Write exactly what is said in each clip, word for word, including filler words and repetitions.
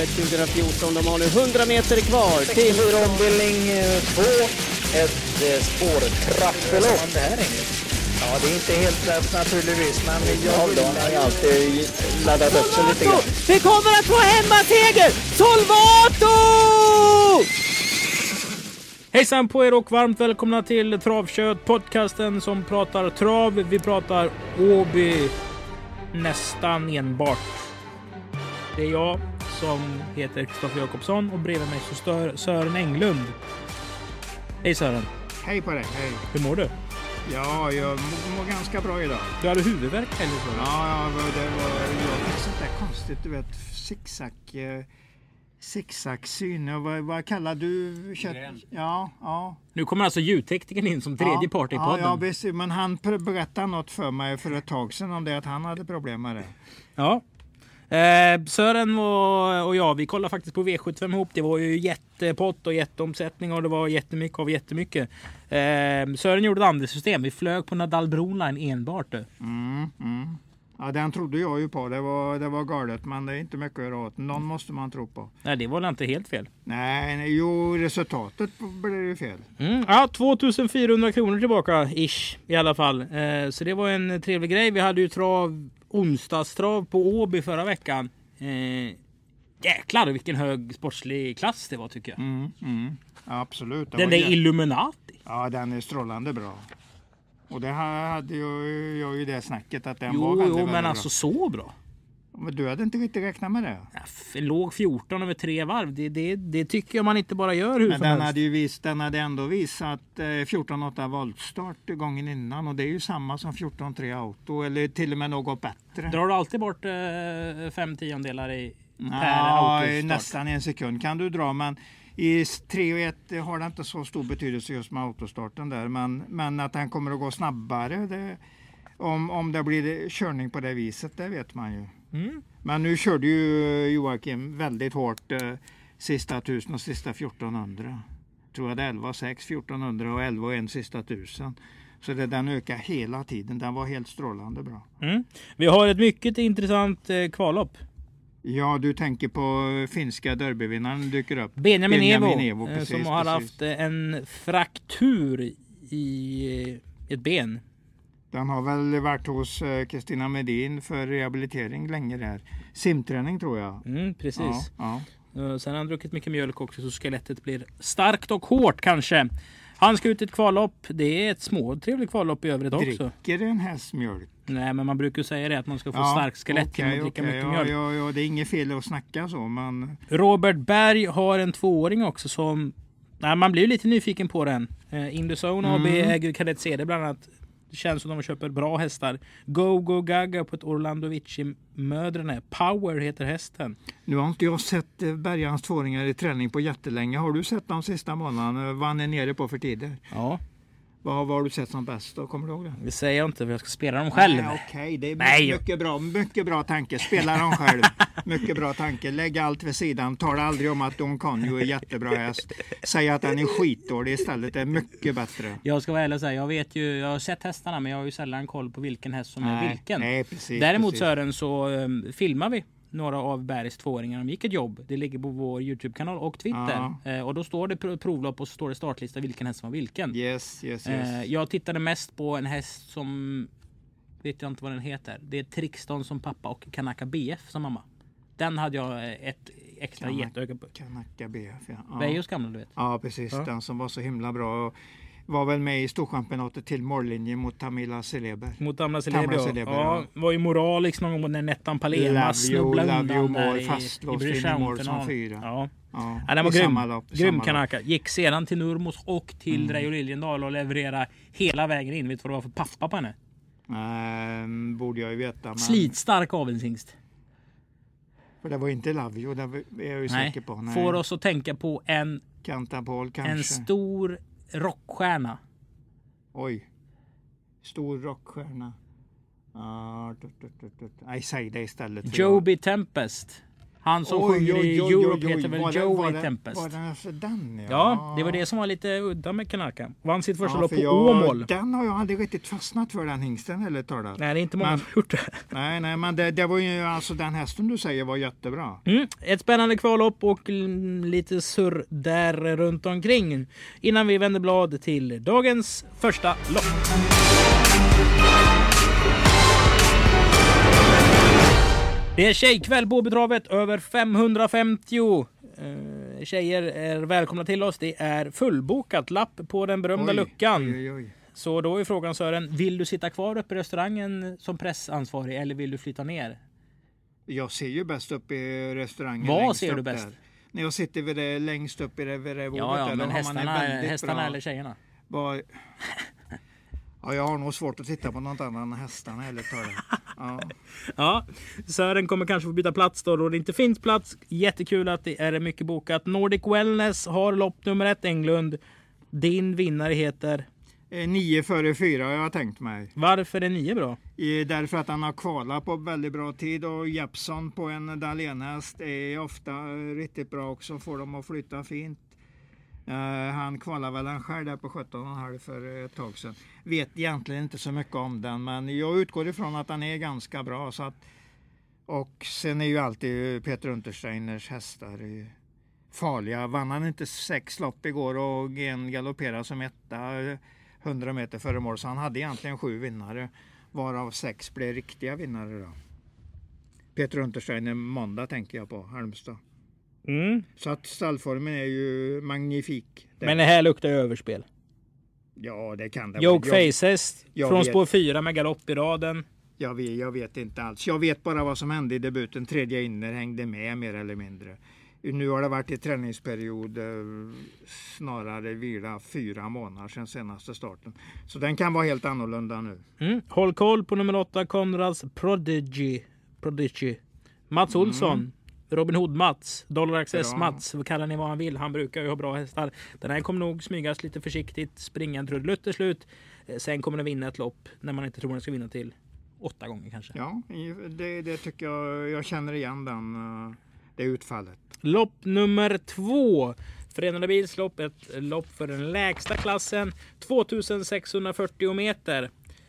Travfält tjugo fjorton. De har nu hundra meter kvar till ombildning två. Ett eh, spårtrappelopp. Det här är ja, det är inte helt lätt naturligtvis, men jag har alltid laddat upp så lite grann. Vi kommer att få hemmaseger! Solvato! Hejsan på er och varmt välkomna till Travkött, podcasten som pratar trav. Vi pratar Åby nästan enbart. Det är jag som heter Kristoffer Jakobsson och bredvid mig så står Sören Englund. Hej Sören. Hej på dig, hej. Hur mår du? Ja, jag mår, mår ganska bra idag. Du hade huvudvärk eller så? Ja, ja det var jag fick sånt där konstigt, du vet, zigzag, eh, zigzag-syn. Vad, vad kallar du? Kött? Ja, ja. Nu kommer alltså ljudtekniken in som tredje ja, part i ja, podden. Ja, precis, men han berättade något för mig för ett tag sedan om det att han hade problem med det. Ja. Eh, Sören och, och jag, vi kollade faktiskt på V sjuttiofem ihop. Det var ju jättepott och jätteomsättning och det var jättemycket av jättemycket. Eh, Sören gjorde ett andra system. Vi flög på Nadal Broline enbart. Mm, mm. Ja, den trodde jag ju på. Det var, det var galet, men det är inte mycket att göra åt. Någon måste man tro på. Nej, det var inte helt fel. Nej, nej jo, resultatet blev ju fel. Mm, ja, tvåtusenfyrahundra kronor tillbaka, ish, i alla fall. Eh, så det var en trevlig grej. Vi hade ju trav, onsdagstrav på Åby förra veckan. Eh, jäklar vilken hög sportslig klass det var tycker jag. Mm, mm. Ja, absolut. Det den var där jä- Illuminati. Ja, den är strålande bra. Och det här hade ju, jag ju det snacket att den jo, var väldigt, jo, men väldigt alltså bra. så bra. Men du hade inte riktigt räknat med det. Ja, en låg fjorton över tre varv. Det, det, det tycker jag man inte bara gör hur Men som den helst. hade ju visst, den hade ändå visat eh, fjorton åtta voltstart gången innan. Och det är ju samma som fjorton tre auto. Eller till och med något bättre. Drar du alltid bort eh, fem tiondelar i per Ja, autostart? nästan en sekund kan du dra. Men i tre och ett har det inte så stor betydelse just med autostarten där. Men, men att den kommer att gå snabbare. Det, om, om det blir körning på det viset, det vet man ju. Mm. Men nu körde ju Joakim väldigt hårt eh, sista tusen och sista fjortonhundra. Tror jag det är elva sex, fjortonhundra och elva och en sista tusen. Så det, den ökar hela tiden. Den var helt strålande bra. Mm. Vi har ett mycket intressant eh, kvallopp. Ja, du tänker på finska derbyvinnaren dyker upp. Benjamin, Benjamin Evo, Evo eh, precis, som har precis. haft eh, en fraktur i eh, ett ben. Den har väl varit hos eh, Kristina Medin för rehabilitering länge där. Simträning tror jag. Mm, precis. Ja, ja. Uh, sen har han druckit mycket mjölk också så skelettet blir starkt och hårt kanske. Han ska ut i ett kvallopp. Det är ett små trevligt kvallopp i övrigt också. Dricker en häst mjölk? Nej, men man brukar säga det att man ska få Ja, starkt skelett okej, genom att dricka okej, mycket ja, mjölk. ja, ja, det är inget fel att snacka så, men... Robert Berg har en tvååring också som... Nej, man blir ju lite nyfiken på den. Uh, Indozone A B Mm. äger Kadett C D bland annat. Det känns som de köper bra hästar. Go Go Gaga på ett Orlando Vici mödrarna. Power heter hästen. Nu har inte jag sett eh, Bergans tvååringar i träning på jättelänge. Har du sett de sista månaderna? Vad han är nere på för tider? Ja, Vad, vad har du sett som bäst då? Kommer du ihåg det? det säger jag inte för jag ska spela dem själv. Nej, okej, det är Nej. mycket bra, mycket bra tanke. Spela dem själv. Mycket bra tanke. Lägg allt vid sidan. Tala aldrig om att Don Conjo är jättebra häst. Säg att den är skitdålig istället. Det är mycket bättre. Jag ska vara ärlig och säga, jag vet ju, jag har sett hästarna men jag har ju sällan koll på vilken häst som är Nej, vilken. nej, precis, Däremot precis. Sören så um, filmar vi några av Bergs tvååringar. De gick ett jobb. Det ligger på vår YouTube-kanal och Twitter. Ja. Eh, och då står det pr- provlopp och så står det startlista vilken häst som var vilken. Yes, yes, yes. Eh, jag tittade mest på en häst som vet jag inte vad den heter. Det är Trixton som pappa och Kanaka B F som mamma. Den hade jag eh, ett extra Kanak- getöga på. Kanaka B F, ja. Ja. Bejos gamla du vet. Ja, precis. Ja. Den som var så himla bra. Och var väl med i storchampionatet till mållinjen mot Tamila Celeber. Mot Tamla Tamla Celeber. Celeber, Ja, ja. var ju Moralix någon gång när Nettan Palema snubblade undan mål, där i, fastlåst i in i mål som Bridgehampton. fyra. Ja. Ja, Ja, den var i samma grym. lopp, i Grym samma Kanaka. Gick sedan till Nurmos och till Mm. Reijo Liljendal och levererade hela vägen in. Vet du vad det var för pappa på henne? Ehm, borde jag ju veta. Men, Slitstark avelshingst. För det var inte Lavio, det är jag ju Nej. säker på. Nej. Får oss att tänka på en, Cantapol kanske. en stor rockstjärna. Oj. Stor rockstjärna. Ah, tut, tut, tut, tut. Nej, säg det istället. för Joby Tempest. Han som Oj, sjunger oj, i oj, Europe oj, oj. heter väl Var det- Joey var det- Tempest. Var det alltså den? Ja. Ja, det var det som var lite udda med Kanaka. Vann sitt första Ja, lopp för på jag- Åmål. Den har jag aldrig riktigt fastnat för, den hingsten eller talat. Nej, det är inte många Men- som har gjort det. Nej, nej, men det, det var ju alltså den hästen du säger var jättebra. Mm. Ett spännande kvallopp och l- lite surr där runt omkring. Innan vi vänder blad till dagens första lopp. Det är tjejkväll på Åbytravet, över femhundrafemtio eh, tjejer är välkomna till oss. Det är fullbokat, lapp på den berömda Oj, luckan. Oj, oj, oj. Så då är frågan, Sören, vill du sitta kvar uppe i restaurangen som pressansvarig eller vill du flytta ner? Jag ser ju bäst upp i restaurangen. Vad längst ser upp du bäst? Där. När jag sitter vid det, längst upp i det, vid det bordet Ja, ja, där, men då har man en hästarna, väldigt hästarna bra- eller tjejerna? Bara... Ja, jag har nog svårt att titta på något annat än hästarna eller talat. Ja. Ja, Sören kommer kanske få byta plats då, då det inte finns plats. Jättekul att det är mycket bokat. Nordic Wellness har lopp nummer ett, Englund. Din vinnare heter... Eh, Nio före fyra har jag tänkt mig. Varför är nio bra? Eh, Därför att han har kvalat på väldigt bra tid och Jeppson på en Dahlénhäst är ofta eh, riktigt bra också. Får dem att flytta fint. Uh, han kvalar väl en själv där på sjutton komma fem för ett tag sedan. Vet egentligen inte så mycket om den, men jag utgår ifrån att han är ganska bra. Så att, och sen är ju alltid Peter Untersteiners hästar eh, farliga. Vann han inte sex lopp igår och en galopperade som etta eh, hundra meter före mål, så han hade egentligen sju vinnare, varav sex blev riktiga vinnare då. Peter Untersteiner måndag tänker jag på, Halmstad. Mm. Så att stallformen är ju magnifik. Det- Men det här luktar ju överspel. Ja, det kan det Joke jag, Faces jag från vet. spår fyra med galopp i raden. jag, vet, jag vet inte alls. Jag vet bara vad som hände i debuten. Tredje inner hängde med mer eller mindre. Nu har det varit i träningsperiod, eh, snarare vila fyra månader sedan senaste starten. Så den kan vara helt annorlunda nu. Mm. Håll koll på nummer åtta, Konrads Prodigy. Prodigy. Mats Olsson. Robin Hood Mats. Dollar Access Bra. Mats. Vad kallar ni vad han vill. Han brukar ju ha bra hästar. Den här kommer nog smygas lite försiktigt. Springa en trudelutt till slut. Eh, Sen kommer den vinna ett lopp när man inte tror den ska vinna till åtta gånger kanske. Ja, det, det tycker jag. Jag känner igen den, eh, det utfallet. Lopp nummer två. Förenade Bilslopp. Ett lopp för den lägsta klassen. tvåtusensexhundrafyrtio meter.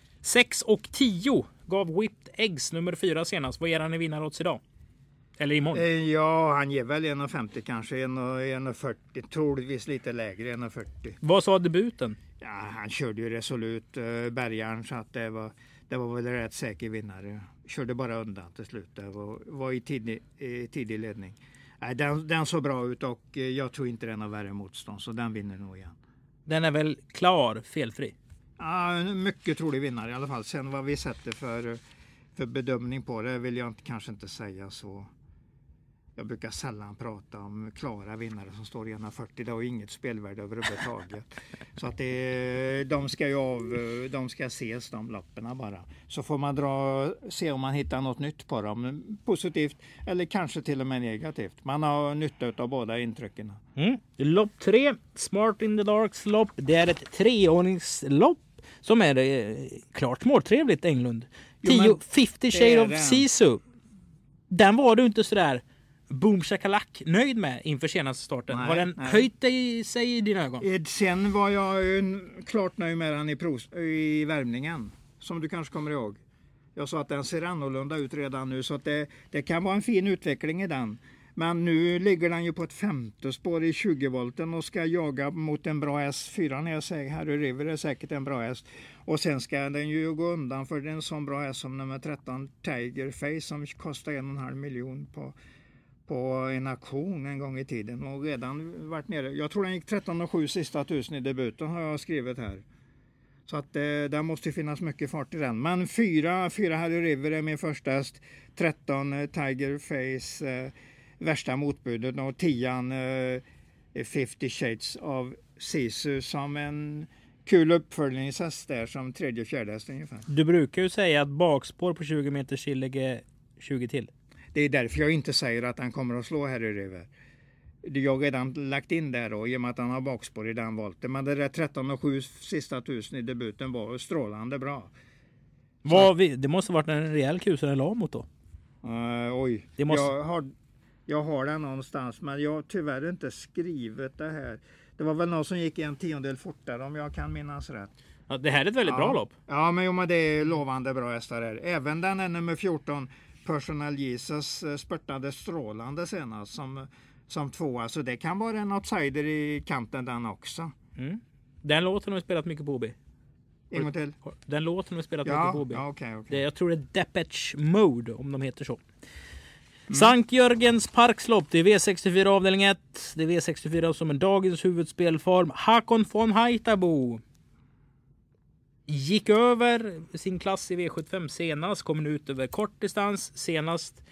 sex och tio gav Whipped Eggs nummer fyra senast. Vad ger han i vinnarodds idag? Eller imorgon? Eh, Ja, han ger väl en komma femtio kanske, en komma fyrtio, troligtvis lite lägre, en komma fyrtio. Vad sa debuten? Ja, han körde ju resolut eh, Bergaren, så att det var, det var väl rätt säker vinnare. Körde bara undan till slut, det var, var i tidig, i tidig ledning. Nej, den, den såg bra ut och eh, jag tror inte den har värre motstånd, så den vinner nog igen. Den är väl klar, felfri? Ja, en mycket trolig vinnare i alla fall. Sen vad vi sätter för, för bedömning på det vill jag inte, kanske inte säga så. Jag brukar sällan prata om klara vinnare som står i en komma fyrtio. Det har ju inget spelvärde överhuvudtaget. Så att det, de ska ju av, de ska ses, de lapparna bara. Så får man dra, se om man hittar något nytt på dem. Positivt eller kanske till och med negativt. Man har nytta av båda intrycken. Mm. Lopp tre, Smart in the Darks lopp. Det är ett treordningslopp som är eh, klart småtrevligt, Englund. Jo, men tio femtio det Shade är of den. Sisu. Den var du inte sådär boom shakalak nöjd med inför senaste starten. Nej, Har den nej. höjt dig, sig i dina ögon? Eh, Sen var jag ju klart nöjd med den i, pros, i värmningen. Som du kanske kommer ihåg. Jag sa att den ser annorlunda ut redan nu, så att det, det kan vara en fin utveckling i den. Men nu ligger den ju på ett femte spår i tjugo volten och ska jaga mot en bra S fyra. När jag säger Harry River är säkert en bra häst. Och sen ska den ju gå undan för en sån bra häst som nummer tretton Tiger Face som kostar en och en halv miljon på, på en auktion en gång i tiden. Och redan varit nere. Jag tror den gick tretton och sju sista tusen i debuten, har jag skrivit här. Så att eh, där måste finnas mycket fart i den. Men fyra, fyra Harry River är min första häst. tretton eh, Tiger Face eh, värsta motbudet och tian eh, femtio Shades av Sisu som en kul uppföljningshäst där som tredje och fjärde häst ungefär. Du brukar ju säga att bakspår på tjugo meter killägg är tjugo till. Det är därför jag inte säger att han kommer att slå Harry River. Jag har redan lagt in där då, i och med att han har bakspår i den volten. Men det där tretton och sju sista tusen i debuten var strålande bra. Vad vi, det måste ha varit en rejäl kusare lam mot då. Uh, oj, Det måste- jag har... Jag har den någonstans, men jag har tyvärr inte skrivit det här. Det var väl någon som gick en tiondel fortare om jag kan minnas rätt. Ja, det här är ett väldigt ja. bra lopp. Ja, men, jo, men det är lovande bra hästar här. Även den är nummer fjorton, Personal Jesus, spurtade strålande senast som, som tvåa. Så det kan vara en outsider i kanten den också. Mm. Den låten har vi spelat mycket på O B. En gång till. Den låten har vi spelat ja, mycket på O B. Ja, okay, okay. Det, jag tror det är Depeche Mode om de heter så. Mm. Sankt Jörgens Parkslopp, det är V sextiofyra avdelning ett. Det är V sextiofyra som är dagens huvudspelform. Hakon von Haitabo gick över sin klass i V sjuttiofem senast. Kommer nu ut över kort distans. Senast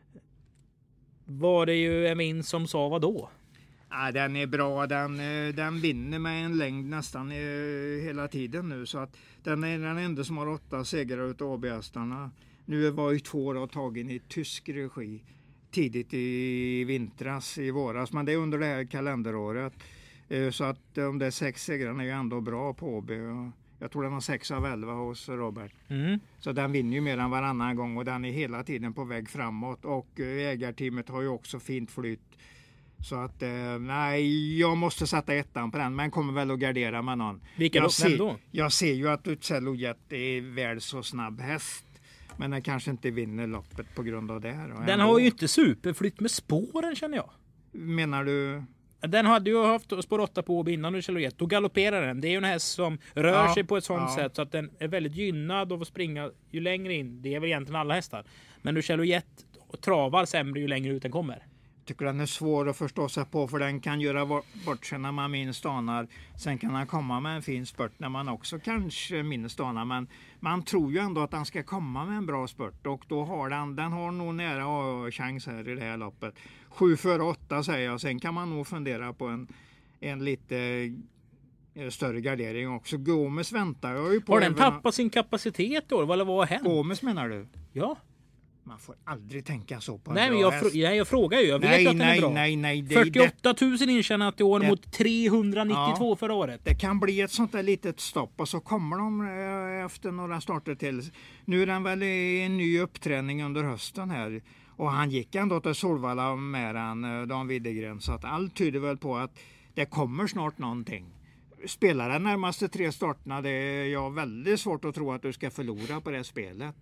var det ju Emin som sa vad då? Ja, den är bra. Den, den vinner med en längd nästan hela tiden nu. Så att den är den enda som har åtta segrar utav A B-hästarna. Nu var ju två år tagen i tysk regi tidigt i vintras, i våras. Men det är under det här kalenderåret. Så att om det är sex segrar är ju ändå bra på A B. Jag tror den har sex av elva hos Robert. Mm. Så den vinner ju mer än varannan gång och den är hela tiden på väg framåt. Och ägarteamet har ju också fint flytt. Så att eh, nej, jag måste sätta ettan på den, men kommer väl att gardera med någon. Vilka jag, då? ser, då? jag ser ju att Utsello Jet är väl så snabb häst. Men den kanske inte vinner loppet på grund av det här. Den ändå har ju inte superflytt med spåren känner jag. Menar du? Den hade ju haft spår åtta på innan Utsello Jet. Då galopperar den. Det är ju en häst som rör ja, sig på ett sånt ja. sätt så att den är väldigt gynnad av att springa ju längre in. Det är väl egentligen alla hästar. Men Utsello Jet travar sämre ju längre ut den kommer. Tycker den är svår att förstå sig på för den kan göra bort sig när man minst anar. Sen kan han komma med en fin spurt när man också kanske minst anar. Men man tror ju ändå att han ska komma med en bra spurt och då har den, den har nog nära chans här i det här loppet. Sju före åtta säger jag. Sen kan man nog fundera på en, en lite större gardering också. Gomes väntar jag ju på. Har den tappat sin kapacitet då? Eller vad har hänt? Gomes menar du? Ja. Man får aldrig tänka så på en nej, bra men jag, häst. Fr- jag, jag frågar ju. Jag vet nej, att den nej, är bra. Nej, nej, det, fyrtioåtta tusen intjänat i år det, mot trehundranittiotvå ja, förra året. Det kan bli ett sånt där litet stopp och så kommer de eh, efter några starter till. Nu är den väl i en ny uppträning under hösten här. Och han gick ändå till Solvalla med den, Dan Widegren. Så att allt tyder väl på att det kommer snart någonting. Spelar den närmaste tre starterna, det är jag väldigt svårt att tro att du ska förlora på det spelet.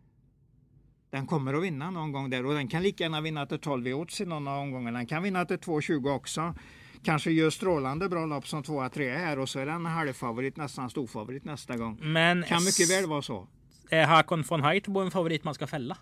Den kommer att vinna någon gång där och den kan lika gärna vinna till tolv i odds i någon av omgångarna. Den kan vinna till två tjugo också. Kanske gör strålande bra lopp som två tre här och så är den halvfavorit, nästan storfavorit nästa gång. Men kan mycket väl vara så. Är Hakon von Haitabo en favorit man ska fälla?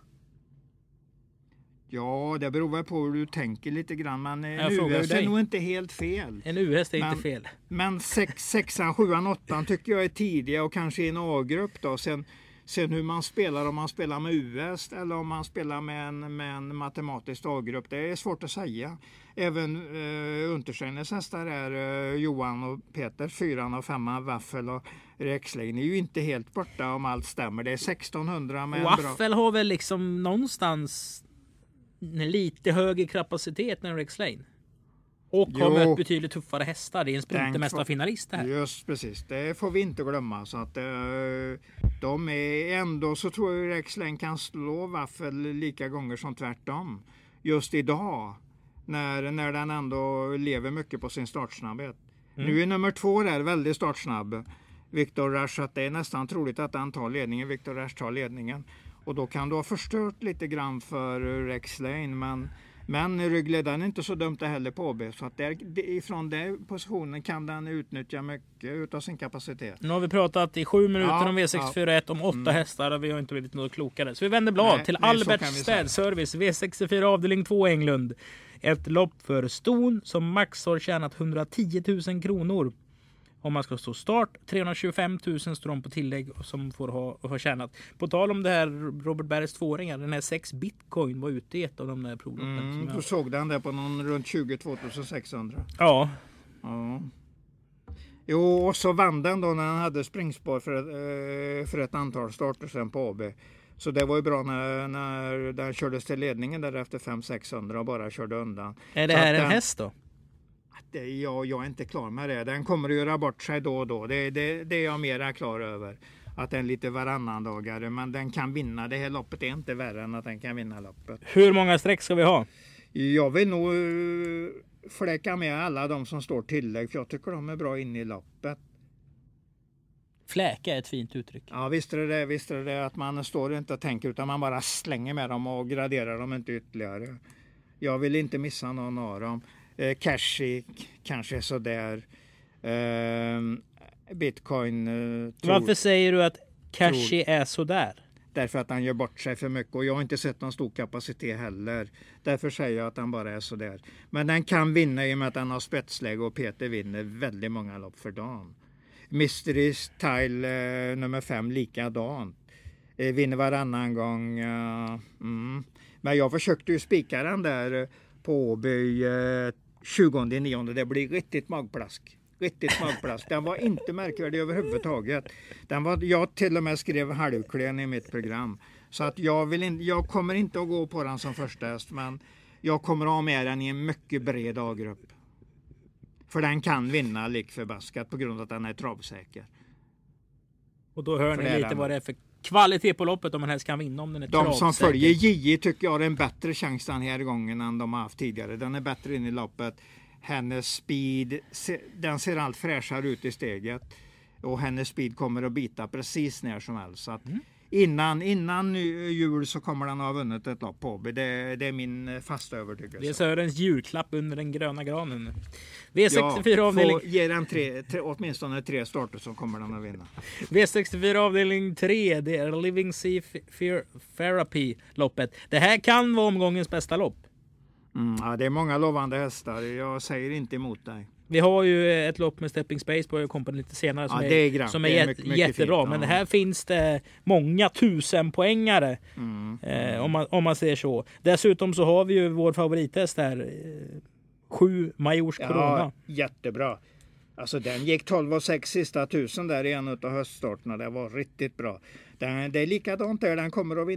Ja, det beror väl på hur du tänker lite grann. Men en U-häst är nog inte helt fel. En U-häst är men, inte fel. Men sex, sexan, sjuan, åttan tycker jag är tidiga och kanske i en A-grupp då. Sen, sen hur man spelar, om man spelar med U-häst eller om man spelar med en, med en matematisk A-grupp, det är svårt att säga. Även eh, Untersteiners hästar är eh, Johan och Peter, fyran och femman, Waffel och Rexlane är ju inte helt borta om allt stämmer. Det är sextonhundra med Waffel bra... har väl liksom någonstans lite högre kapacitet än Rexlane. Och har jo, mött betydligt tuffare hästar. Det är en sprintermästarfinalist det här. Just precis, det får vi inte glömma. Så att, de är ändå, så tror jag Rexlane kan slå Waffel lika gånger som tvärtom. Just idag, när, när den ändå lever mycket på sin startsnabbhet. Mm. Nu är nummer två där väldigt startsnabb. Victor Rush, att det är nästan troligt att han tar ledningen. Victor Rush tar ledningen. Och då kan du ha förstört lite grann för Rexlane. Men, men ryggledaren är inte så dumt det heller på A B. Så att där, ifrån den positionen kan den utnyttja mycket utav sin kapacitet. Nu har vi pratat i sju minuter ja, om V sextiofyra ett, ja. om åtta mm. hästar. Och vi har inte blivit något klokare. Så vi vänder blad nej, till nej, Albert Städservice. V sextiofyra avdelning två Englund. Ett lopp för ston som max har tjänat hundratio tusen kronor. Om man ska stå start, trehundratjugofem tusen står de på tillägg som får ha, ha tjänat. På tal om det här Robert Bergs tvååringar, den här sex bitcoin var ute i ett av de där provloppen. Mm, du såg den där på någon runt tjugo tvåtusen sexhundra. Ja. Ja. Jo, och så vann den då när han hade springspår för ett, för ett antal starter sen på A B. Så det var ju bra när, när den kördes till ledningen där efter fem sexhundra och bara körde undan. Är det så här en den, häst då? Det, jag, jag är inte klar med det. Den kommer att göra bort sig då och då. Det, det, det är jag mera klar över. Att den är lite varannan dagare. Men den kan vinna. Det här loppet är inte värre än att den kan vinna loppet. Hur många streck ska vi ha? Jag vill nog fläcka med alla de som står tillägg, för jag tycker de är bra inne i loppet. Fläka är ett fint uttryck. Ja, visst är det, visst är det att man står inte och tänker, utan man bara slänger med dem och graderar dem inte ytterligare. Jag vill inte missa någon av dem. Eh, Cashy kanske är sådär. Eh, Bitcoin. Eh, tror, Varför säger du att Cashy är sådär? Därför att han gör bort sig för mycket, och jag har inte sett någon stor kapacitet heller. Därför säger jag att han bara är sådär. Men den kan vinna i och med att han har spetsläge, och Peter vinner väldigt många lopp för dagen. Mystery Style eh, nummer fem likadant. Eh, vinner varannan gång. Uh, mm. Men jag försökte ju spika den där på Åby eh, tjugonde nionde. Det blir riktigt magplask. Riktigt magplask. Den var inte märkvärdig överhuvudtaget. Den var, jag till och med skrev halvklen i mitt program. Så att jag, vill in, jag kommer inte att gå på den som första häst, men jag kommer att ha med den i en mycket bred A-grupp. För den kan vinna lik förbaskat på grund av att den är travsäker. Och då hör För ni det är lite den. vad det är för kvalitet på loppet, om man helst kan vinna om den är De travsäker. som följer J I tycker jag har en bättre chans den här gången än de har haft tidigare. Den är bättre in i loppet. Hennes speed, den ser allt fräschare ut i steget. Och hennes speed kommer att bita precis när som helst. Så att Mm. innan, innan jul så kommer den att ha vunnit ett lopp på Åby. Det, det är min fasta övertygelse. Det är Sörens julklapp under den gröna granen. V sextiofyra Ja, avdelning... få ge den tre, tre, åtminstone tre starter så kommer den att vinna. V sextiofyra avdelning tre, det är Living Sea Fear Therapy loppet. Det här kan vara omgångens bästa lopp. Mm, ja, det är många lovande hästar. Jag säger inte emot dig. Vi har ju ett lopp med Stepping Space på kompan lite senare som Ja, är, det är grann. som är, Det är jät, mycket- mycket jättebra. fint, Men ja. här finns det många tusen poängare Mm. eh, om, man, om man ser så. Dessutom så har vi ju vår favorithäst här. Eh, sju Majors Corona. Ja, jättebra. Alltså den gick tolv och sex sista tusen där i en av höststarterna. Det var riktigt bra. Den, det är likadant där. Den kommer att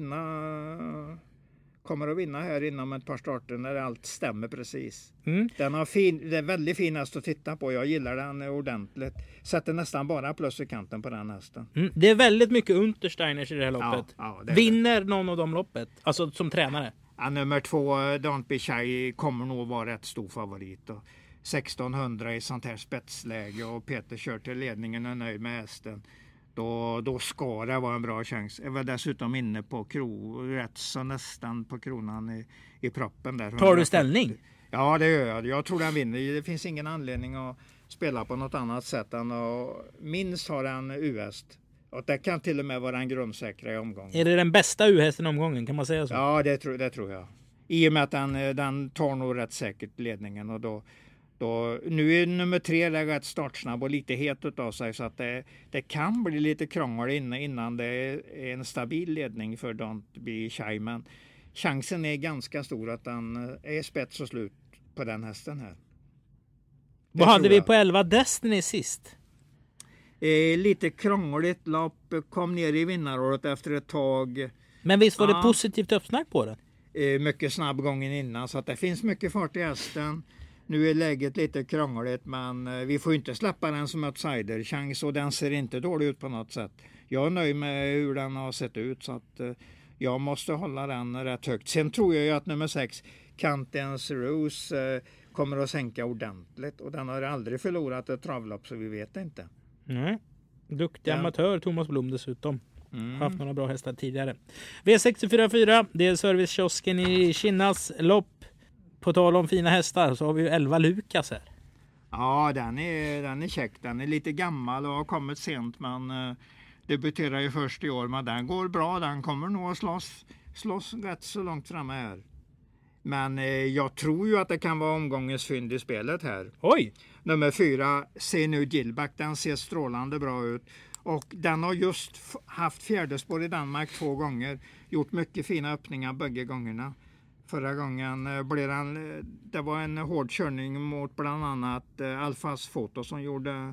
vinna kommer att vinna här inom ett par starter när allt stämmer precis. Mm. Den har fin, det är väldigt fin häst att titta på. Jag gillar den ordentligt. Sätter nästan bara plus i kanten på den hästen. Mm. Det är väldigt mycket Untersteiners i det här loppet. Ja, ja, det är Vinner någon av dem loppet? Alltså som tränare? Ja, nummer två, Don't Be Shy, kommer nog vara rätt stor favorit. Och sextonhundra i sånt här spetsläge och Peter kör till ledningen och är nöjd med hästen. Då, då ska det vara en bra chans. Jag var dessutom inne på kro, rätt så nästan på kronan i, i proppen där. Tar du ställning? Ja, det gör jag. Jag tror den vinner. Det finns ingen anledning att spela på något annat sätt än att minst ha en U-häst. Och det kan till och med vara en grundsäkra i omgången. Är det den bästa U-hästen i omgången? Kan man säga så? Ja, det tror, det tror jag. I och med att den, den tar nog rätt säkert ledningen. Och då, då, nu är nummer tre rätt startsnabb och lite het av sig. Så att det, det kan bli lite krångel innan, innan det är en stabil ledning för Don't Be Shy. Men chansen är ganska stor att den är spets och slut på den hästen här. Det Vad hade tror vi jag. på elva Destiny sist? Eh, lite krångligt lopp. Kom ner i vinnaråret efter ett tag. Men visst var Ja. det positivt uppsnack på den? Eh, mycket snabb gången innan. Så att det finns mycket fart i hästen. Nu är läget lite krångligt, men eh, vi får inte släppa den som outsider-chans. Och den ser inte dålig ut på något sätt. Jag är nöjd med hur den har sett ut. Så att eh, jag måste hålla den rätt högt. Sen tror jag ju att nummer sex, Cantens Rose, eh, kommer att sänka ordentligt. Och den har aldrig förlorat ett travlopp, så vi vet inte. Nej. Duktig Ja. amatör Thomas Blom dessutom. Mm. Haft några bra hästar tidigare. V sextiofyra fyra, det är servicekiosken i Kinnas lopp. På tal om fina hästar så har vi ju elva Lukas här. Ja, den är, den är käck. Den är lite gammal och har kommit sent, men eh, debuterar ju först i år. Men den går bra. Den kommer nog att slåss, slåss rätt så långt framme här. Men eh, jag tror ju att det kan vara omgångens fynd i spelet här. Oj! Nummer fyra, Se nu Gillback. Den ser strålande bra ut. Och den har just f- haft fjärde spår i Danmark två gånger. Gjort mycket fina öppningar bägge gångerna. Förra gången eh, blev den, eh, det var en hård körning mot bland annat eh, Alfas Foto som gjorde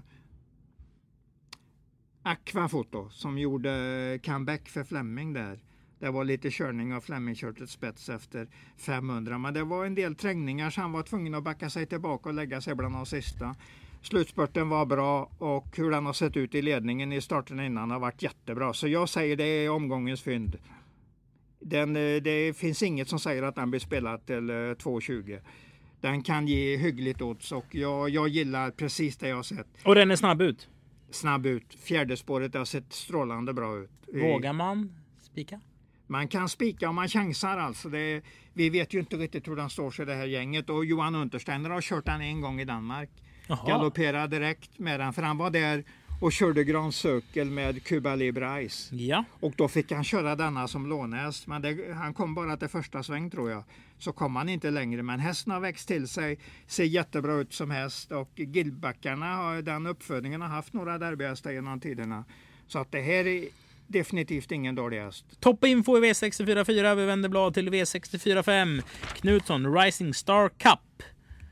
Aqua Foto som gjorde comeback för Fleming där. Det var lite körning och Fleming kört ett spets efter femhundra. Men det var en del trängningar så han var tvungen att backa sig tillbaka och lägga sig bland de sista. Slutspurten var bra och hur den har sett ut i ledningen i starten innan har varit jättebra. Så jag säger det är omgångens fynd. Den, det finns inget som säger att den blir spelad till två tjugo. Den kan ge hyggligt odds och jag, jag gillar precis det jag har sett. Och den är snabb ut? Snabb ut. Fjärde spåret har sett strålande bra ut. Vågar man spika? Man kan spika om man chansar alltså. Det, vi vet ju inte riktigt hur den står sig det här gänget. Och Johan Untersteiner har kört den en gång i Danmark. Jaha. Galopperade direkt med den. För han var där och körde Grand Circle med Cuba Libre Ice. Ja. Och då fick han köra denna som lånhäst. Men det, han kom bara till första sväng tror jag. Så kom han inte längre. Men hästen har växt till sig. Ser jättebra ut som häst. Och Gildbackarna har den uppfödningen har haft några derbyhästar genom tiderna. Så att det här är definitivt ingen dålig häst. Toppinfo i V sextiofyra fyra. Vi vänder blad till V sextiofyra fem. Knutsson Rising Star Cup.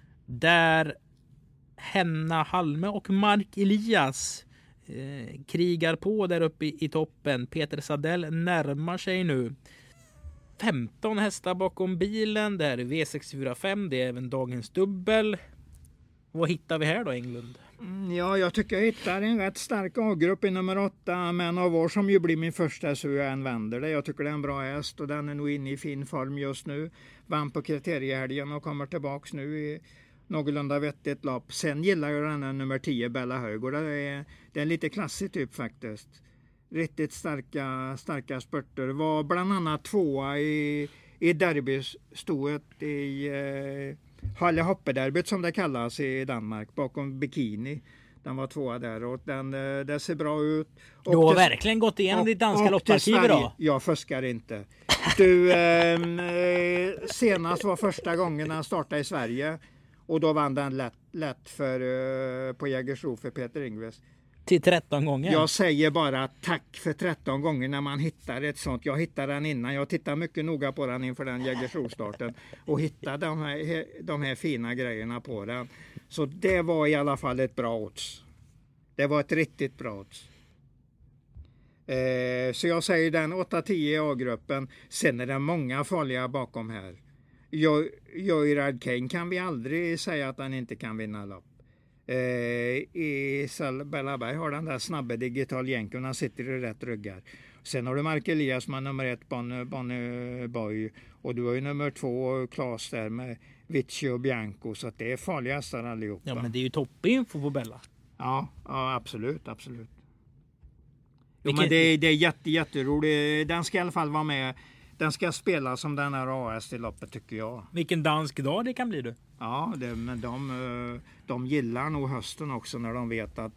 Där Henna Halme och Mark Elias eh, krigar på där uppe i, i toppen. Peter Sadell närmar sig nu. femton hästar bakom bilen. Det här är V sextiofyra fem. Det är även dagens dubbel. Vad hittar vi här då, Englund? Mm, ja, jag tycker jag hittar en rätt stark A-grupp i nummer åtta. Men av år som ju blir min första så jag än vänder det. Jag tycker det är en bra häst och den är nog inne i fin form just nu. Vann på kriteriehelgen och kommer tillbaks nu i någorlunda vettigt lopp. Sen gillar jag den här nummer tio Bella Hög. Det är, det är en lite klassig typ faktiskt. Riktigt starka, starka spurter. Var bland annat tvåa i, i derbystoet i eh, Halle Hoppe-derbyt som det kallas i Danmark. Bakom Bikini. Den var tvåa där och den, det ser bra ut. Och du har till, verkligen gått igenom och, ditt danska lopparkiv idag. Jag fuskar inte. Du, eh, senast var första gången han startade i Sverige. Och då vann den lätt, lätt för, uh, på Jägersro för Peter Ingves. Till tretton gånger? Jag säger bara tack för tretton gånger när man hittar ett sånt. Jag hittade den innan. Jag tittar mycket noga på den inför den Jägersro-starten. Och hittade de här, de här fina grejerna på den. Så det var i alla fall ett bra odds. Det var ett riktigt bra odds. Eh, så jag säger den åtta tio i A-gruppen. Sen är det många farliga bakom här. Joyride Kane kan vi aldrig säga att han inte kan vinna lopp. Eh, I Bellaberg har den där snabba digital jänken, han sitter i rätt ryggar. Sen har du Mark Elias med nummer ett, Bonne, Bonne Boy. Och du har ju nummer två, Klas där med Vici och Bianco. Så att det är farliga hästar allihopa. Ja, men det är ju toppinfo på Bella. Ja, ja absolut, absolut. Jo, men det, det är jätte, jätteroligt. Den ska i alla fall vara med. Den ska spela som den här A S i loppet tycker jag. Vilken dansk dag det kan bli du. Ja, det, men de, de gillar nog hösten också när de vet att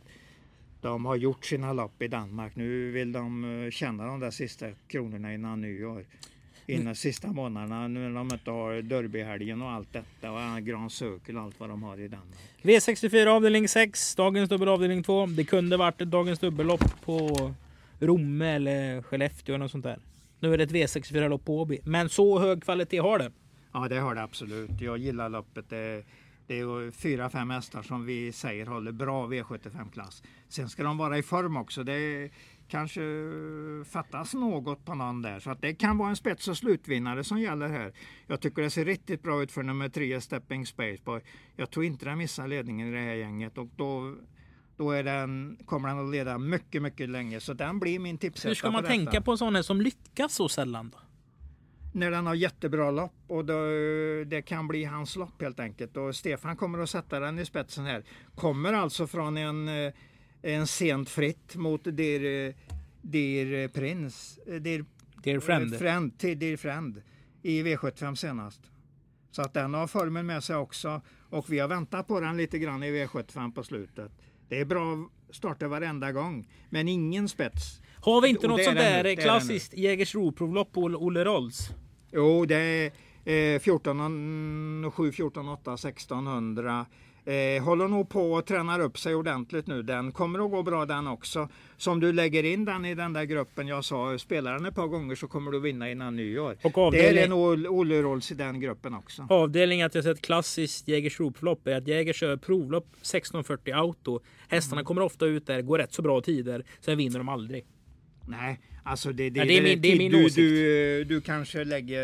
de har gjort sina lopp i Danmark. Nu vill de känna de där sista kronorna innan nyår. Innan mm. sista månaderna nu när de inte har derbyhelgen och allt detta och Grand Circle och allt vad de har i Danmark. V sextiofyra avdelning sex, dagens dubbel avdelning två. Det kunde varit ett dagens dubbellopp på Romme eller Skellefteå eller något sånt där. Nu är det ett V sextiofyra-lopp på Åby. Men så hög kvalitet har det. Ja, det har det absolut. Jag gillar loppet. Det, det är fyra, fem hästar som vi säger håller bra V sjuttiofem-klass. Sen ska de vara i form också. Det kanske fattas något på någon där. Så att det kan vara en spets- och slutvinnare som gäller här. Jag tycker det ser riktigt bra ut för nummer tre, Stepping Spaceboy. Jag tror inte den missar ledningen i det här gänget. Och då... Då är den, kommer den att leda mycket, mycket länge. Så den blir min tips. Hur ska man tänka detta. På en sån här som lyckas så sällan då? När den har jättebra lopp. Och då, det kan bli hans lopp helt enkelt. Och Stefan kommer att sätta den i spetsen här. Kommer alltså från en, en sent fritt mot Dear, Dear Prince. Dear, Dear Friend. friend. Till Dear Friend. I V sjuttiofem senast. Så att den har formen med sig också. Och vi har väntat på den lite grann i V sjuttiofem på slutet. Det är bra starta varenda gång. Men ingen spets. Har vi inte något sånt där nu, klassiskt Jägersro-provlopp på Olle Rolls? Jo, det är eh, fjorton sju, fjorton åtta, sexton hundra. Eh, håller nog på och tränar upp sig ordentligt nu. Den kommer att gå bra den också. Som du lägger in den i den där gruppen jag sa, spelar den ett par gånger så kommer du vinna innan nyår. Och avdelning... Det är nog Olle Rolls i den gruppen också. Avdelningen att jag sett klassiskt Jägersro-provlopp är att Jäger kör provlopp sexton fyrtio auto. Hästarna mm. kommer ofta ut där, går rätt så bra tider. Sen vinner de aldrig. Nej, alltså det, det, ja, det är min, det är min du, åsikt. Du, du kanske lägger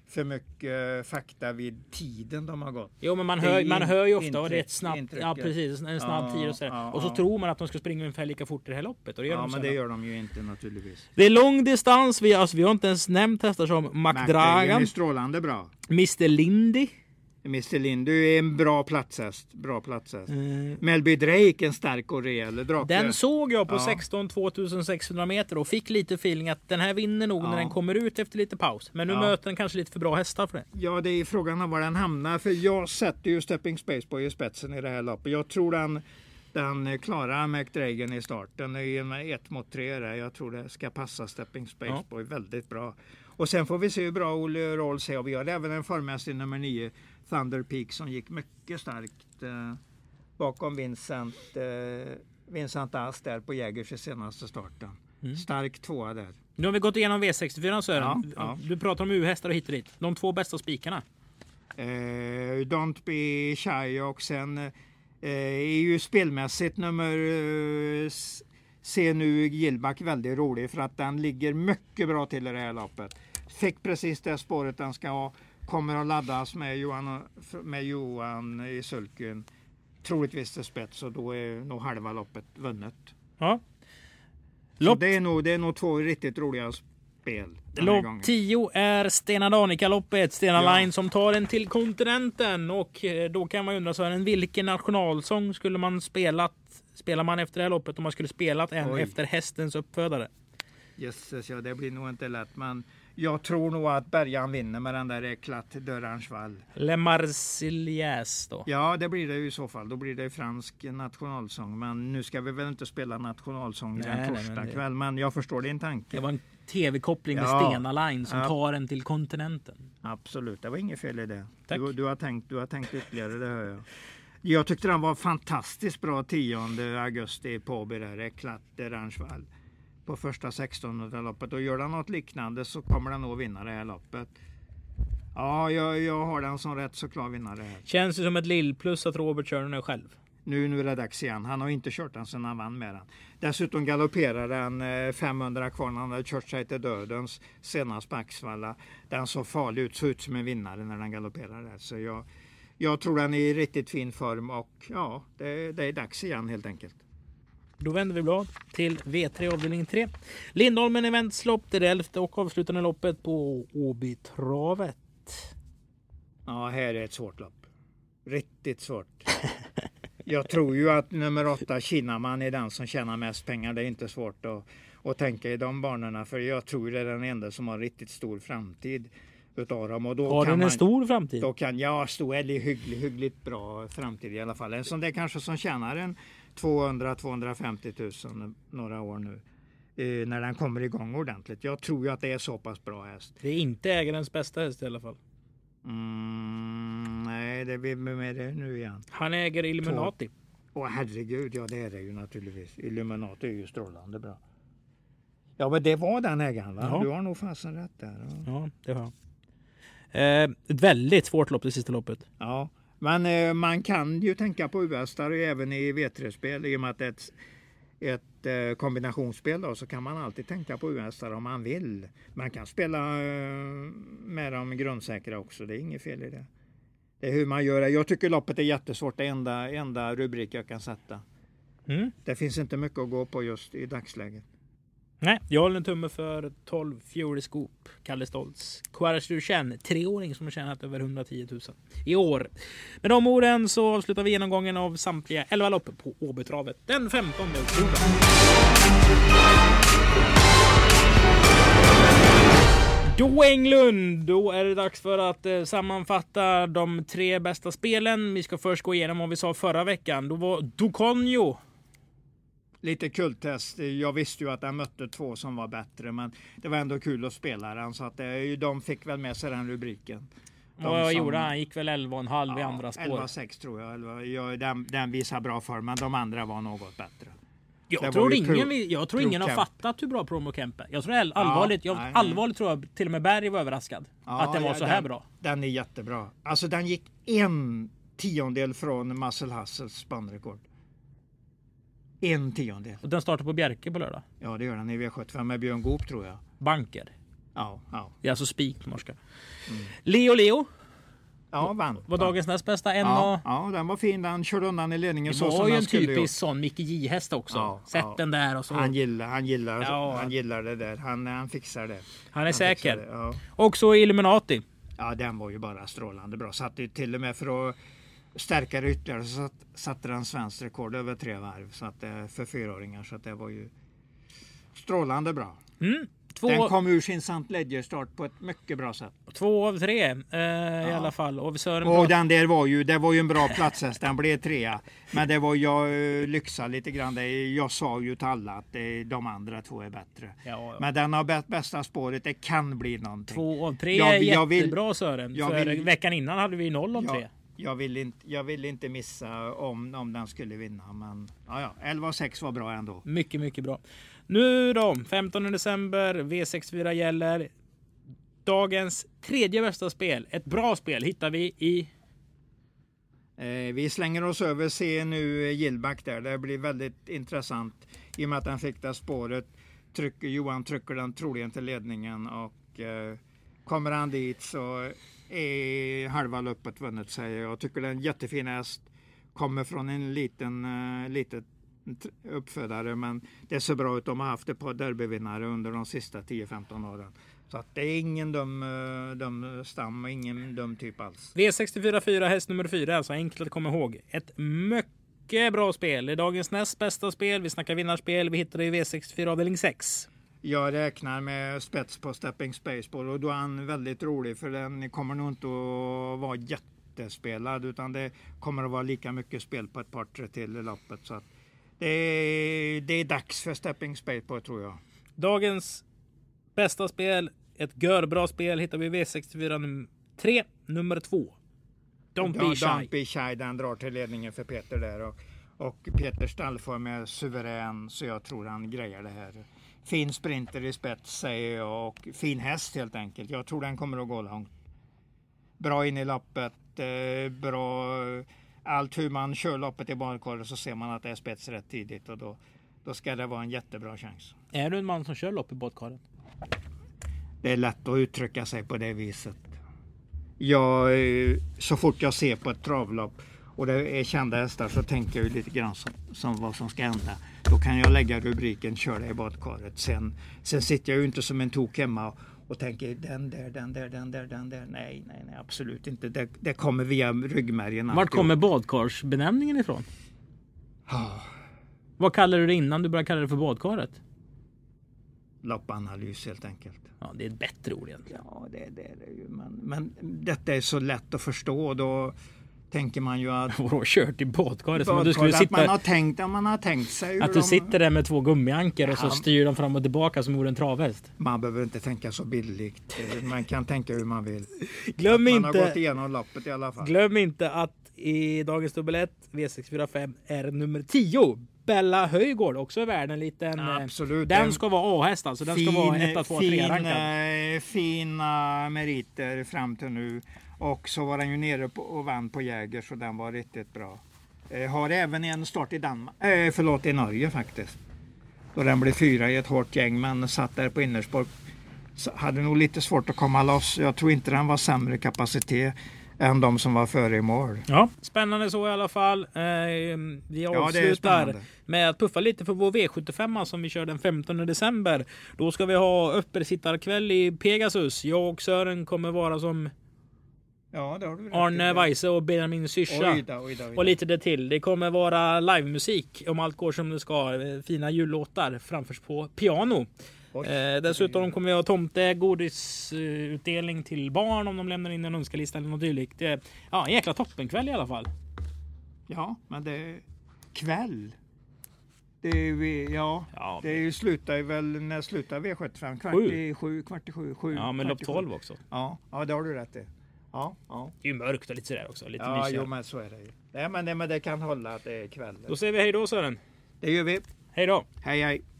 för mycket fakta vid tiden de har gått. Jo, men man Det hör, är man hör ju ofta intryck- och det är ett snabbt, intrycket. ja precis, en snabb Ja, tid och så, ja, och så ja. tror man att de ska springa ungefär lika fort i det här loppet. Och det gör Ja, de men det sällan. gör de ju inte naturligtvis. Det är lång distans. Vi, alltså, vi har inte ens nämnt hästar som McDragan McDragan, är strålande bra. mister Lindy. mister Lindy är en bra platshäst. Bra platshäst. Mm. Melby Drake, en stark och rejäl drake. Den såg jag på Ja. sexton tvåtusensexhundra meter och fick lite feeling att den här vinner nog Ja. när den kommer ut efter lite paus. Men nu Ja. möter den kanske lite för bra hästar för det. Ja, det är frågan om var den hamnar. För jag sätter ju Stepping Spaceboy i spetsen i det här loppet. Jag tror den, den klarar McDragan i starten. Det är en ett mot tre där. Jag tror det ska passa Stepping Spaceboy väldigt bra. Och sen får vi se hur bra Olle Rolls är. Och vi har även en förmästare nummer nio, Thunder Peak, som gick mycket starkt eh, bakom Vincent, eh, Vincent Ast där på Jägers i senaste starten. Mm. Stark tvåa där. Nu har vi gått igenom V sextiofyra, Sören. Ja, ja. Du pratar om U-hästar och hit och dit. De två bästa spikarna. Eh, Don't Be Shy, och sen eh, är ju spelmässigt nummer eh, s- ser nu Gillback väldigt rolig för att den ligger mycket bra till i det här loppet. Fick precis det spåret den ska ha. Kommer att laddas med Johan, med Johan i sulken. Troligtvis till spets, och då är nog halva loppet vunnet. Ja. Så Lopp, det är, nog, det är nog två riktigt roliga spel den här gången. lopp tio är Stena Danica-loppet. Stena Ja. Line som tar en till kontinenten. Och eh, då kan man undra, Sören, vilken nationalsång skulle man spelat, spelar man efter det här loppet om man skulle spelat en Oj. efter hästens uppfödare? Jösses, ja, det blir nog inte lätt, men jag tror nog att Bergan vinner med den där Eclat d'Orange Val. Le Marseillaise då. Ja, det blir det ju i så fall. Då blir det fransk nationalsång. Men nu ska vi väl inte spela nationalsång Nej, den nej, torsdag men det- kväll. Men jag förstår din tanke. Det var en tv-koppling med Ja. Stena Line som Ja. tar en till kontinenten. Absolut, det var inget fel i det. Tack. Du, du, har tänkt, du har tänkt ytterligare, det hör jag. Jag tyckte den var fantastiskt bra tionde augusti på Åby där, Eclat d'Orange Val. På första sextonhundra loppet. Och gör den något liknande så kommer den nog vinna det här loppet. Ja, jag, jag har den som rätt så klar vinnare här. Känns det som ett lillplus att Robert kör den här själv. Nu, nu är det dags igen. Han har inte kört den sedan han vann med den. Dessutom galopperar den eh, femhundra kvar när han hade kört sig till dödens senast på Axvalla. Den såg farlig ut, såg ut som en vinnare när den galopperar där. Så jag, jag tror den är i riktigt fin form, och ja, det, det är dags igen helt enkelt. Då vänder vi blad till V tre avdelning tre. Lindholmen eventslopp, det elfte och avslutande loppet på Åbytravet. Ja, här är ett svårt lopp. Riktigt svårt. Jag tror ju att nummer åtta, Kinnaman, är den som tjänar mest pengar. Det är inte svårt att, att tänka i de banorna, för jag tror det är den enda som har riktigt stor framtid utav dem. Och då Har kan den en man, stor framtid? Då kan jag stå eller hyggligt, hyggligt bra framtid i alla fall. En sån där kanske som tjänar en tvåhundra till tvåhundrafemtio tusen några år nu. Eh, när den kommer igång ordentligt. Jag tror ju att det är så pass bra häst. Det är inte ägarens bästa häst i alla fall. Mm, nej, det blir med det nu igen. Han äger Illuminati. Åh herregud, ja det är det ju naturligtvis. Illuminati är ju strålande bra. Ja, men det var den ägaren, va? Ja. Du har nog fasen rätt där. Ja, Ja, det har han. Eh, ett väldigt svårt lopp det sista loppet. ja. Men eh, man kan ju tänka på U-hästar även i V tre-spel. I och med att det är ett, ett eh, kombinationsspel då, så kan man alltid tänka på U-hästar om man vill. Man kan spela eh, med de grundsäkra också, det är inget fel i det. Det är hur man gör det. Jag tycker loppet är jättesvårt, det enda, enda rubrik jag kan sätta. Mm. Det finns inte mycket att gå på just i dagsläget. Nej, jag håller en tumme för tolv Fury Scoop. Kalle Stoltz. Quares Duchenne, treåring som har tjänat över hundratio tusen i år. Med de orden så avslutar vi genomgången av samtliga elva lopp på Åbytravet den femtonde oktober. Då Englund, då är det dags för att eh, sammanfatta de tre bästa spelen. Vi ska först gå igenom vad vi sa förra veckan. Då var Duconio. Lite kulttest. Jag visste ju att han mötte två som var bättre, men det var ändå kul att spela den, så att det, de fick väl med sig den rubriken. De Vad som- gjorde han? Han gick väl elva och en halv i andra spår. elva sex tror jag. elva, ja, den, den visar bra form, men de andra var något bättre. det Jag var tror, ju ingen, Pro- vi- jag tror Pro ingen har Camp. fattat hur bra Promo Camp är. Jag tror all, allvarligt, jag, nej, nej. allvarligt tror jag till och med Berg var överraskad. Ja, att den var ja, så här den, bra. Den är jättebra. Alltså den gick en tiondel från Muscle Hustles banrekord. En tiondel. Och den startar på Bjerke på lördag. Ja, det gör den i V sjuttiofem med Björn Goop tror jag. Banker. Ja, ja. Det är alltså spik på norska. Mm. Leo Leo. Ja, vann. Var dagens näst bästa. En ja, och... ja, den var fin. Den körde undan i ledningen. Det så var som ju han en skulle typisk gjort. sån Micke J-häst också. Ja, Sätt ja. den där och så. Han gillar, han gillar, Ja. han gillar det där. Han, han fixar det. Han är han säker. Det, ja. Och så Illuminati. Ja, den var ju bara strålande bra. Satt ju till och med för att stärka det ytterligare så satt, satte den svensk rekord över tre varv. Så att det, för fyraåringar. Så att det var ju strålande bra. Mm. Två... Den kom ur sin Sant Ledger-start på ett mycket bra sätt. Två av tre eh, Ja. i alla fall. Och, Sören och den där var ju, det var ju en bra platshäst. Den blev trea. Men det var jag uh, lyxade lite grann. Det, jag sa ju till alla att det, de andra två är bättre. Ja, ja. Men den har bä- bästa spåret. Det kan bli någonting. Två av tre Jag- är jag vill- jättebra Sören. jag För vill- veckan innan hade vi noll av tre. Jag, jag, vill inte, jag vill inte missa om, om den skulle vinna. Men ja, ja, elva och sex var bra ändå. Mycket, mycket bra. Nu då, femtonde december, V sextiofyra gäller. Dagens tredje bästa spel. Ett bra spel hittar vi i... Eh, vi slänger oss över, se nu Gillback där. Det blir väldigt intressant. I och med att han fick det spåret. Trycker, Johan trycker den troligen till ledningen. Och eh, kommer han dit så är halva loppet vunnit sig. Jag tycker det är en jättefin häst. Kommer från en liten, uh, litet uppfödare, men det ser bra ut. De har haft ett par derbyvinnare under de sista tio femton åren. Så att det är ingen dum, dum stam och ingen dum typ alls. V sextiofyra fyra, häst nummer fyra, alltså enkelt att komma ihåg. Ett mycket bra spel. Det är dagens näst bästa spel. Vi snackar vinnarspel. Vi hittar det i V sextiofyra avdelning sex. Jag räknar med spets på Stepping Spaceball och då är han väldigt rolig, för den kommer nog inte att vara jättespelad, utan det kommer att vara lika mycket spel på ett par tre till i loppet. Så att det, är, det är dags för Stepping Spaceball, tror jag. Dagens bästa spel, ett görbra spel, hittar vi i V sextiofyra tre, nummer två. Don't Ja, be shy. Don't Be Shy, den drar till ledningen för Peter där. Och, och Peters stallform är suverän, så jag tror han grejer det här. Fin sprinter i spets, säger jag, och fin häst helt enkelt. Jag tror den kommer att gå långt. Bra in i loppet, eh, bra... Allt hur man kör loppet i badkaret så ser man att det är spets rätt tidigt, och då, då ska det vara en jättebra chans. Är du en man som kör lopp i badkaret? Det är lätt att uttrycka sig på det viset. Jag, så fort jag ser på ett travlopp och det är kända hästar, så tänker jag lite grann som, som vad som ska hända. Då kan jag lägga rubriken "Kör det i badkaret". Sen, sen sitter jag ju inte som en tok hemma och, och tänker den där, den där, den där, den där. Nej, nej, nej, absolut inte. Det, det kommer via ryggmärgen. Vart kommer badkarsbenämningen ifrån? Oh, Vad kallar du det innan du börjar kalla det för badkaret? loppanalys helt enkelt. Ja, det är ett bättre ord egentligen. Ja, det, det är det ju. Men, men detta är så lätt att förstå. Då tänker man ju att... Vadå, kört i badkaret? Som att du badkaret, skulle att man sitta... har tänkt, att man har tänkt sig hur Att du de- sitter där med två gummiankor och så Ja. styr de fram och tillbaka som vore en travhäst. Man behöver inte tänka så billigt. Man kan tänka hur man vill. Glöm Man har gått inte, igenom loppet i alla fall. glöm inte att i dagens dubbel ett, V sextiofyra fem, är nummer tio. Bella Höjgård, också är värd en liten... eh, Absolut. Den En ska vara A-häst alltså. Den ska vara ett, två, tre fin, rankad. eh, fina meriter fram till nu. Och så var den ju nere på, och vann på Jäger, så den var riktigt bra. Eh, har även en start i Danmark, eh, förlåt i Norge faktiskt. Då den blev fyra i ett hårt gäng, men satt där på innerspår. Så hade nog lite svårt att komma loss. Jag tror inte den var sämre kapacitet än de som var före i mål. Ja, spännande så i alla fall. Eh, vi är avslutar spännande. med att puffa lite för vår V sjuttiofem som vi kör den femtonde december. Då ska vi ha uppesittarkväll i Pegasus. Jag och Sören kommer vara som Ja, det har du rätt Arne i. Weise och Benjamin Syrsa. Oj då, oj då, oj då. Och lite det till. Det kommer vara livemusik om allt går som det ska. Eh, Fina jullåtar framförs på piano. Oj. Eh, dessutom kommer vi ha tomte, godisutdelning till barn om de lämnar in en önskelista eller något dylikt. Eh, ja, en jäkla toppenkväll i alla fall. Ja, men det är kväll. Det är vi, ja, Ja, det är ju slutar ju väl när slutar V sjuttiofem kvart Sju. i sju, kvart i sju, sju. Ja, men kvart lopp i sju. tolv också. Ja, ja, det har du rätt i. Ja, ja. Det är ju mörkt och lite sådär också. Lite Ja, mysigare. jo, men så är det ju. Nej, men det, men det kan hålla att det är kväll. Då säger vi hej då Sören. Det gör vi. Hej då. Hej, hej.